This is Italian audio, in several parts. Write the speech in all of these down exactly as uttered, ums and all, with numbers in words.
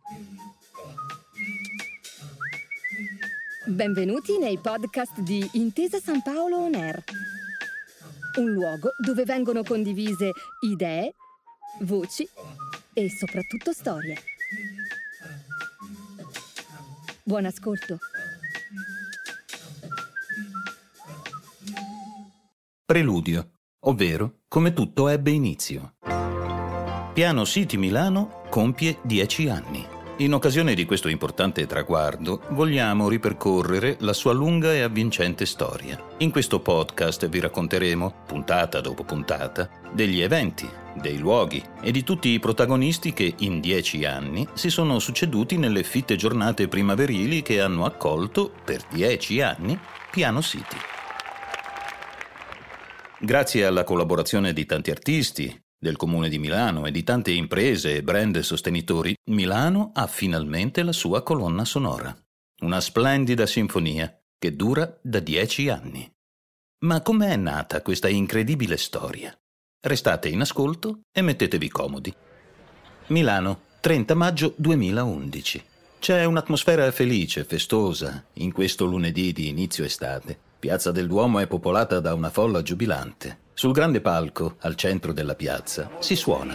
Benvenuti nei podcast di Intesa San Paolo On Air, un luogo dove vengono condivise idee, voci e soprattutto storie. Buon ascolto. Preludio, ovvero come tutto ebbe inizio. Piano City Milano compie dieci anni. In occasione di questo importante traguardo, vogliamo ripercorrere la sua lunga e avvincente storia. In questo podcast vi racconteremo, puntata dopo puntata, degli eventi, dei luoghi e di tutti i protagonisti che in dieci anni si sono succeduti nelle fitte giornate primaverili che hanno accolto, per dieci anni, Piano City. Grazie alla collaborazione di tanti artisti, del Comune di Milano e di tante imprese e brand sostenitori, Milano ha finalmente la sua colonna sonora. Una splendida sinfonia che dura da dieci anni. Ma com'è nata questa incredibile storia? Restate in ascolto e mettetevi comodi. Milano, trenta maggio duemilaundici. C'è un'atmosfera felice, festosa, in questo lunedì di inizio estate. Piazza del Duomo è popolata da una folla giubilante. Sul grande palco, al centro della piazza, si suona.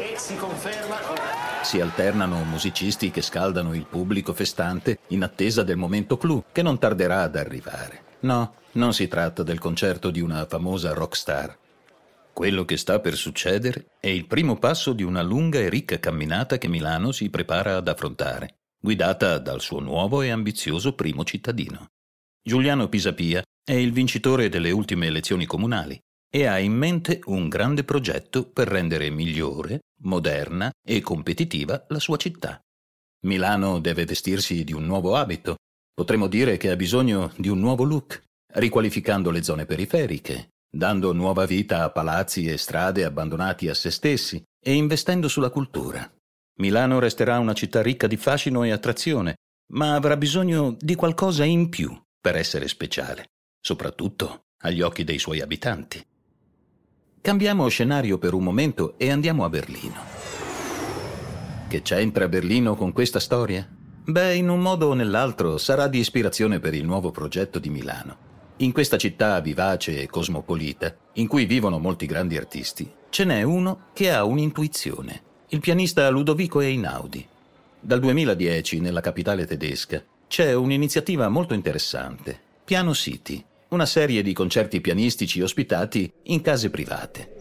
Si alternano musicisti che scaldano il pubblico festante in attesa del momento clou, che non tarderà ad arrivare. No, non si tratta del concerto di una famosa rockstar. Quello che sta per succedere è il primo passo di una lunga e ricca camminata che Milano si prepara ad affrontare, guidata dal suo nuovo e ambizioso primo cittadino. Giuliano Pisapia è il vincitore delle ultime elezioni comunali e ha in mente un grande progetto per rendere migliore, moderna e competitiva la sua città. Milano deve vestirsi di un nuovo abito. Potremmo dire che ha bisogno di un nuovo look, riqualificando le zone periferiche, dando nuova vita a palazzi e strade abbandonati a se stessi e investendo sulla cultura. Milano resterà una città ricca di fascino e attrazione, ma avrà bisogno di qualcosa in più per essere speciale, soprattutto agli occhi dei suoi abitanti. Cambiamo scenario per un momento e andiamo a Berlino. Che c'entra Berlino con questa storia? Beh, in un modo o nell'altro sarà di ispirazione per il nuovo progetto di Milano. In questa città vivace e cosmopolita, in cui vivono molti grandi artisti, ce n'è uno che ha un'intuizione, il pianista Ludovico Einaudi. Dal duemiladieci, nella capitale tedesca, c'è un'iniziativa molto interessante, Piano City, una serie di concerti pianistici ospitati in case private.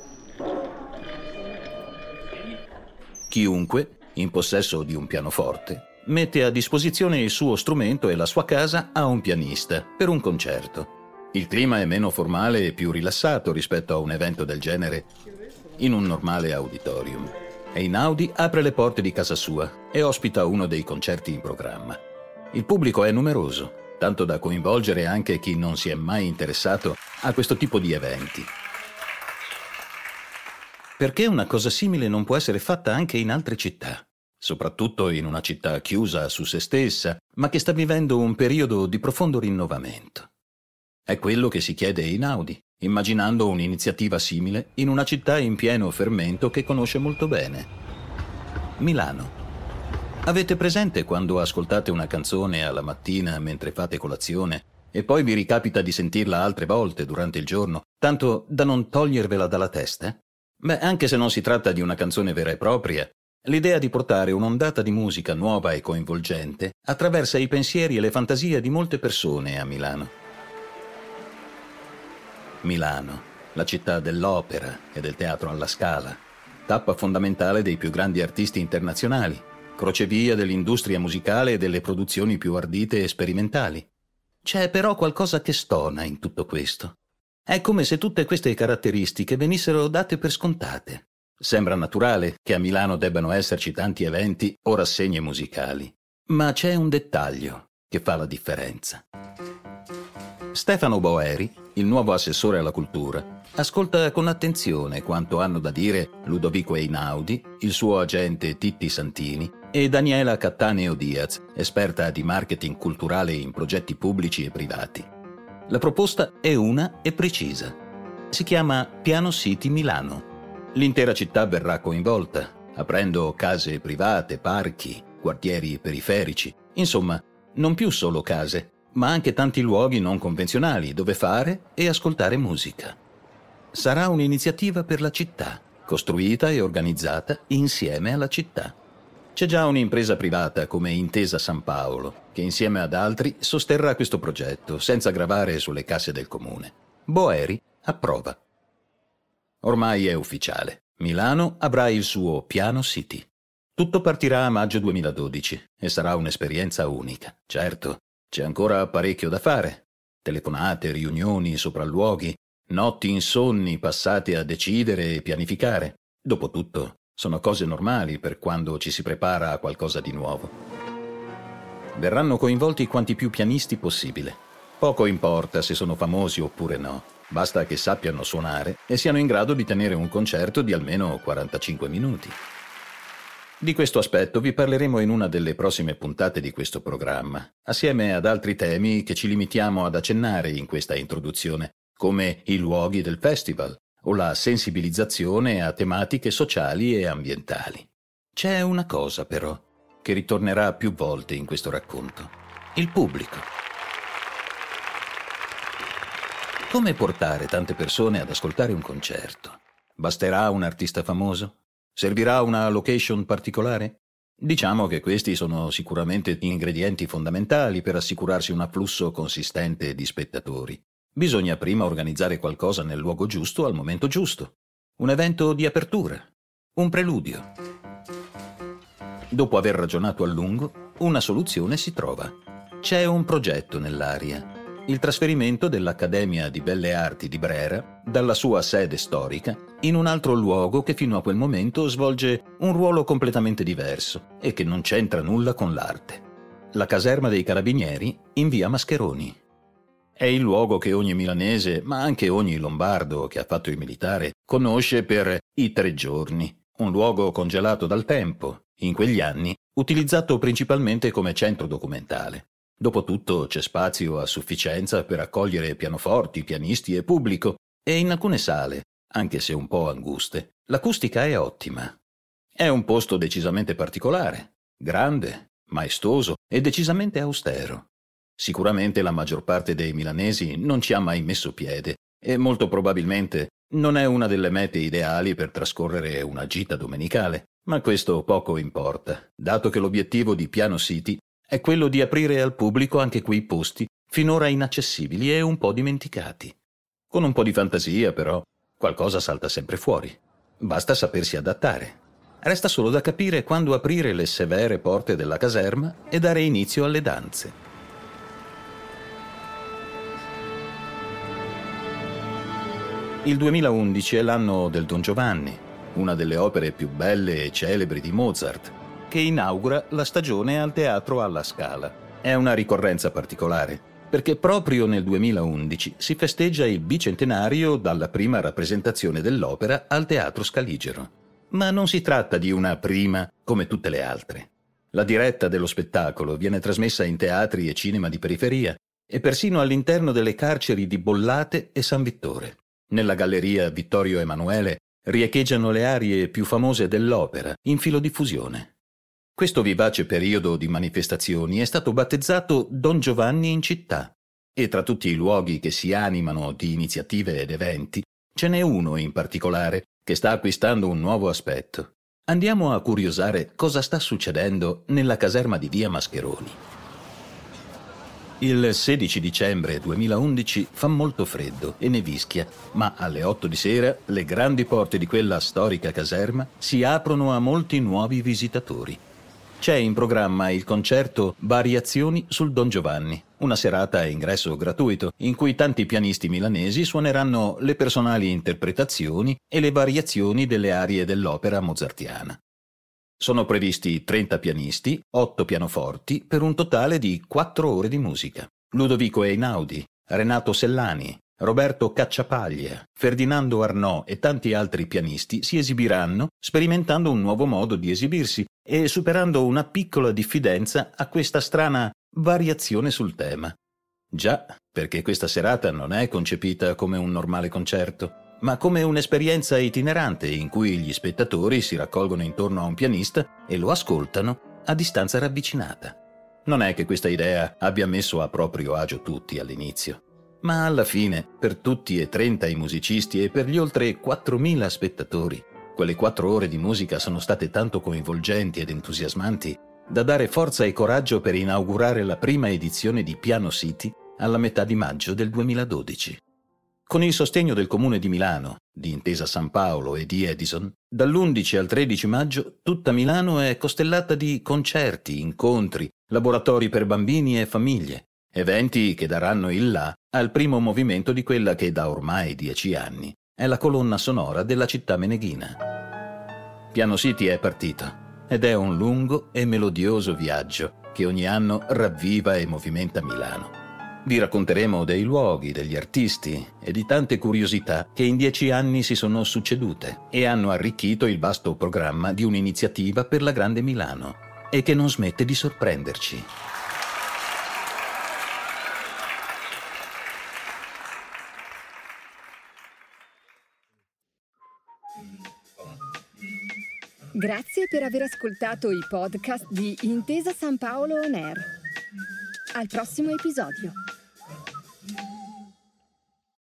Chiunque, in possesso di un pianoforte, mette a disposizione il suo strumento e la sua casa a un pianista per un concerto. Il clima è meno formale e più rilassato rispetto a un evento del genere in un normale auditorium. Einaudi apre le porte di casa sua e ospita uno dei concerti in programma. Il pubblico è numeroso, tanto da coinvolgere anche chi non si è mai interessato a questo tipo di eventi. Perché una cosa simile non può essere fatta anche in altre città, soprattutto in una città chiusa su se stessa, ma che sta vivendo un periodo di profondo rinnovamento. È quello che si chiede Einaudi, immaginando un'iniziativa simile in una città in pieno fermento che conosce molto bene. Milano. Avete presente quando ascoltate una canzone alla mattina mentre fate colazione e poi vi ricapita di sentirla altre volte durante il giorno, tanto da non togliervela dalla testa? Beh, anche se non si tratta di una canzone vera e propria, l'idea di portare un'ondata di musica nuova e coinvolgente attraversa i pensieri e le fantasie di molte persone a Milano. Milano, la città dell'opera e del teatro alla Scala, tappa fondamentale dei più grandi artisti internazionali, crocevia dell'industria musicale e delle produzioni più ardite e sperimentali. C'è però qualcosa che stona in tutto questo. È come se tutte queste caratteristiche venissero date per scontate. Sembra naturale che a Milano debbano esserci tanti eventi o rassegne musicali, ma c'è un dettaglio che fa la differenza. Stefano Boeri, il nuovo assessore alla cultura, ascolta con attenzione quanto hanno da dire Ludovico Einaudi, il suo agente Titti Santini e Daniela Cattaneo Diaz, esperta di marketing culturale in progetti pubblici e privati. La proposta è una e precisa. Si chiama Piano City Milano. L'intera città verrà coinvolta, aprendo case private, parchi, quartieri periferici, insomma, non più solo case, ma anche tanti luoghi non convenzionali dove fare e ascoltare musica. Sarà un'iniziativa per la città, costruita e organizzata insieme alla città. C'è già un'impresa privata come Intesa San Paolo, che insieme ad altri sosterrà questo progetto senza gravare sulle casse del comune. Boeri approva. Ormai è ufficiale. Milano avrà il suo Piano City. Tutto partirà a maggio duemiladodici e sarà un'esperienza unica. Certo, c'è ancora parecchio da fare. Telefonate, riunioni, sopralluoghi, notti insonni passate a decidere e pianificare. Dopotutto, sono cose normali per quando ci si prepara a qualcosa di nuovo. Verranno coinvolti quanti più pianisti possibile. Poco importa se sono famosi oppure no. Basta che sappiano suonare e siano in grado di tenere un concerto di almeno quarantacinque minuti. Di questo aspetto vi parleremo in una delle prossime puntate di questo programma, assieme ad altri temi che ci limitiamo ad accennare in questa introduzione, come i luoghi del festival o la sensibilizzazione a tematiche sociali e ambientali. C'è una cosa, però, che ritornerà più volte in questo racconto: il pubblico. Come portare tante persone ad ascoltare un concerto? Basterà un artista famoso? Servirà una location particolare? Diciamo che questi sono sicuramente ingredienti fondamentali per assicurarsi un afflusso consistente di spettatori. Bisogna prima organizzare qualcosa nel luogo giusto al momento giusto. Un evento di apertura, un preludio. Dopo aver ragionato a lungo, una soluzione si trova. C'è un progetto nell'aria. Il trasferimento dell'Accademia di Belle Arti di Brera dalla sua sede storica in un altro luogo che fino a quel momento svolge un ruolo completamente diverso e che non c'entra nulla con l'arte. La caserma dei Carabinieri in via Mascheroni. È il luogo che ogni milanese, ma anche ogni lombardo che ha fatto il militare, conosce per i tre giorni. Un luogo congelato dal tempo, in quegli anni utilizzato principalmente come centro documentale. Dopotutto c'è spazio a sufficienza per accogliere pianoforti, pianisti e pubblico, e in alcune sale, anche se un po' anguste, l'acustica è ottima. È un posto decisamente particolare, grande, maestoso e decisamente austero. Sicuramente la maggior parte dei milanesi non ci ha mai messo piede e molto probabilmente non è una delle mete ideali per trascorrere una gita domenicale, ma questo poco importa, dato che l'obiettivo di Piano City è quello di aprire al pubblico anche quei posti finora inaccessibili e un po' dimenticati. Con un po' di fantasia, però, qualcosa salta sempre fuori. Basta sapersi adattare. Resta solo da capire quando aprire le severe porte della caserma e dare inizio alle danze. Il duemilaundici è l'anno del Don Giovanni, una delle opere più belle e celebri di Mozart, che inaugura la stagione al Teatro alla Scala. È una ricorrenza particolare, perché proprio nel duemilaundici si festeggia il bicentenario dalla prima rappresentazione dell'opera al Teatro Scaligero. Ma non si tratta di una prima come tutte le altre. La diretta dello spettacolo viene trasmessa in teatri e cinema di periferia e persino all'interno delle carceri di Bollate e San Vittore. Nella galleria Vittorio Emanuele riecheggiano le arie più famose dell'opera in filodiffusione. Questo vivace periodo di manifestazioni è stato battezzato Don Giovanni in città, e tra tutti i luoghi che si animano di iniziative ed eventi, ce n'è uno in particolare che sta acquistando un nuovo aspetto. Andiamo a curiosare cosa sta succedendo nella caserma di via Mascheroni. Il sedici dicembre duemilaundici fa molto freddo e nevischia, ma alle otto di sera le grandi porte di quella storica caserma si aprono a molti nuovi visitatori. C'è in programma il concerto Variazioni sul Don Giovanni, una serata a ingresso gratuito in cui tanti pianisti milanesi suoneranno le personali interpretazioni e le variazioni delle arie dell'opera mozartiana. Sono previsti trenta pianisti, otto pianoforti, per un totale di quattro ore di musica. Ludovico Einaudi, Renato Sellani, Roberto Cacciapaglia, Ferdinando Arnaud e tanti altri pianisti si esibiranno sperimentando un nuovo modo di esibirsi e superando una piccola diffidenza a questa strana variazione sul tema. Già, perché questa serata non è concepita come un normale concerto, ma come un'esperienza itinerante in cui gli spettatori si raccolgono intorno a un pianista e lo ascoltano a distanza ravvicinata. Non è che questa idea abbia messo a proprio agio tutti all'inizio, ma alla fine, per tutti e trenta i musicisti e per gli oltre quattromila spettatori, quelle quattro ore di musica sono state tanto coinvolgenti ed entusiasmanti da dare forza e coraggio per inaugurare la prima edizione di Piano City alla metà di maggio del duemiladodici. Con il sostegno del Comune di Milano, di Intesa San Paolo e di Edison, dall'undici al tredici maggio tutta Milano è costellata di concerti, incontri, laboratori per bambini e famiglie, eventi che daranno il là al primo movimento di quella che da ormai dieci anni è la colonna sonora della città meneghina. Piano City è partito ed è un lungo e melodioso viaggio che ogni anno ravviva e movimenta Milano. Vi racconteremo dei luoghi, degli artisti e di tante curiosità che in dieci anni si sono succedute e hanno arricchito il vasto programma di un'iniziativa per la Grande Milano e che non smette di sorprenderci. Grazie per aver ascoltato i podcast di Intesa San Paolo On Air. Al prossimo episodio.